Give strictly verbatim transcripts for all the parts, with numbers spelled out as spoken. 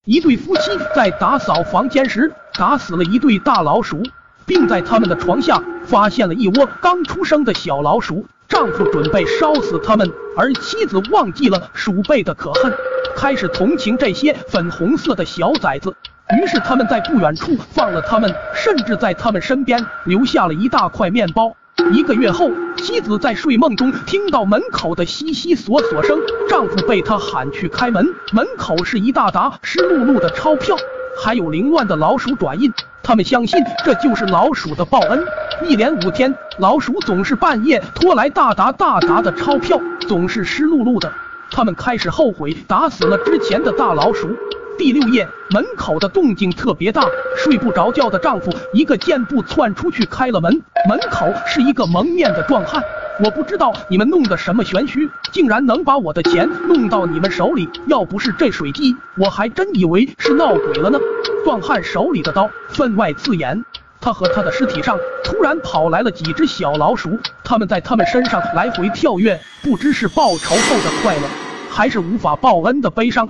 一对夫妻在打扫房间时打死了一对大老鼠，并在他们的床下发现了一窝刚出生的小老鼠。丈夫准备烧死他们，而妻子忘记了鼠辈的可恨，开始同情这些粉红色的小崽子。于是他们在不远处放了他们，甚至在他们身边留下了一大块面包。一个月后，妻子在睡梦中听到门口的悉悉索索声，丈夫被她喊去开门，门口是一大沓湿漉漉的钞票，还有凌乱的老鼠爪印。他们相信这就是老鼠的报恩。一连五天，老鼠总是半夜拖来大沓大沓的钞票，总是湿漉漉的。他们开始后悔打死了之前的大老鼠。第六夜，门口的动静特别大，睡不着觉的丈夫一个箭步窜出去开了门，门口是一个蒙面的壮汉。我不知道你们弄的什么玄虚，竟然能把我的钱弄到你们手里，要不是这水机，我还真以为是闹鬼了呢。壮汉手里的刀分外刺眼，他和他的尸体上突然跑来了几只小老鼠，他们在他们身上来回跳跃，不知是报仇后的快乐，还是无法报恩的悲伤。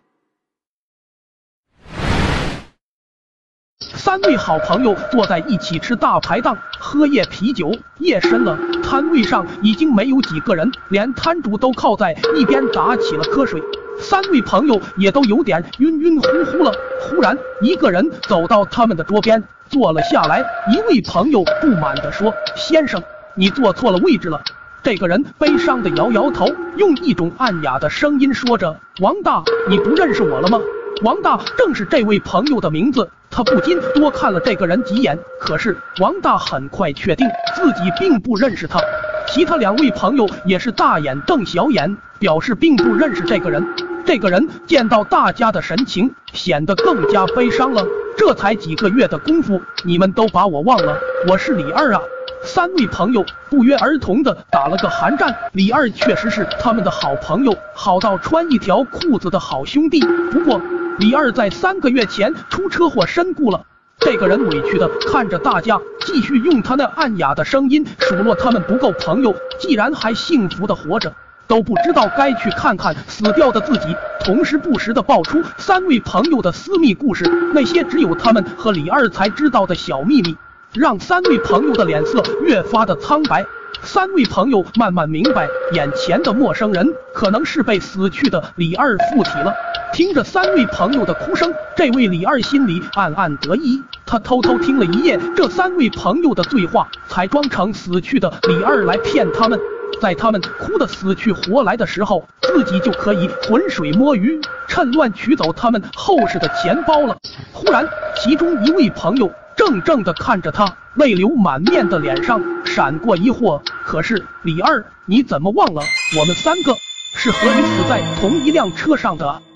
三位好朋友坐在一起吃大排档，喝夜啤酒。夜深了，摊位上已经没有几个人，连摊主都靠在一边打起了瞌睡。三位朋友也都有点晕晕乎乎了。忽然，一个人走到他们的桌边坐了下来。一位朋友不满地说：“先生，你坐错了位置了。”这个人悲伤地摇摇头，用一种暗哑的声音说着：“王大，你不认识我了吗？”王大正是这位朋友的名字，他不禁多看了这个人几眼，可是王大很快确定自己并不认识他。其他两位朋友也是大眼瞪小眼，表示并不认识这个人。这个人见到大家的神情，显得更加悲伤了。这才几个月的功夫，你们都把我忘了，我是李二啊。三位朋友不约而同的打了个寒战。李二确实是他们的好朋友，好到穿一条裤子的好兄弟。不过李二在三个月前出车祸身故了。这个人委屈的看着大家，继续用他那暗哑的声音数落他们不够朋友，既然还幸福的活着，都不知道该去看看死掉的自己。同时不时的爆出三位朋友的私密故事，那些只有他们和李二才知道的小秘密，让三位朋友的脸色越发的苍白。三位朋友慢慢明白，眼前的陌生人可能是被死去的李二附体了。听着三位朋友的哭声，这位李二心里暗暗得意，他偷偷听了一夜这三位朋友的对话，才装成死去的李二来骗他们。在他们哭得死去活来的时候，自己就可以浑水摸鱼，趁乱取走他们后世的钱包了。忽然，其中一位朋友怔怔地看着他，泪流满面的脸上闪过疑惑。可是李二，你怎么忘了我们三个是和你死在同一辆车上的啊？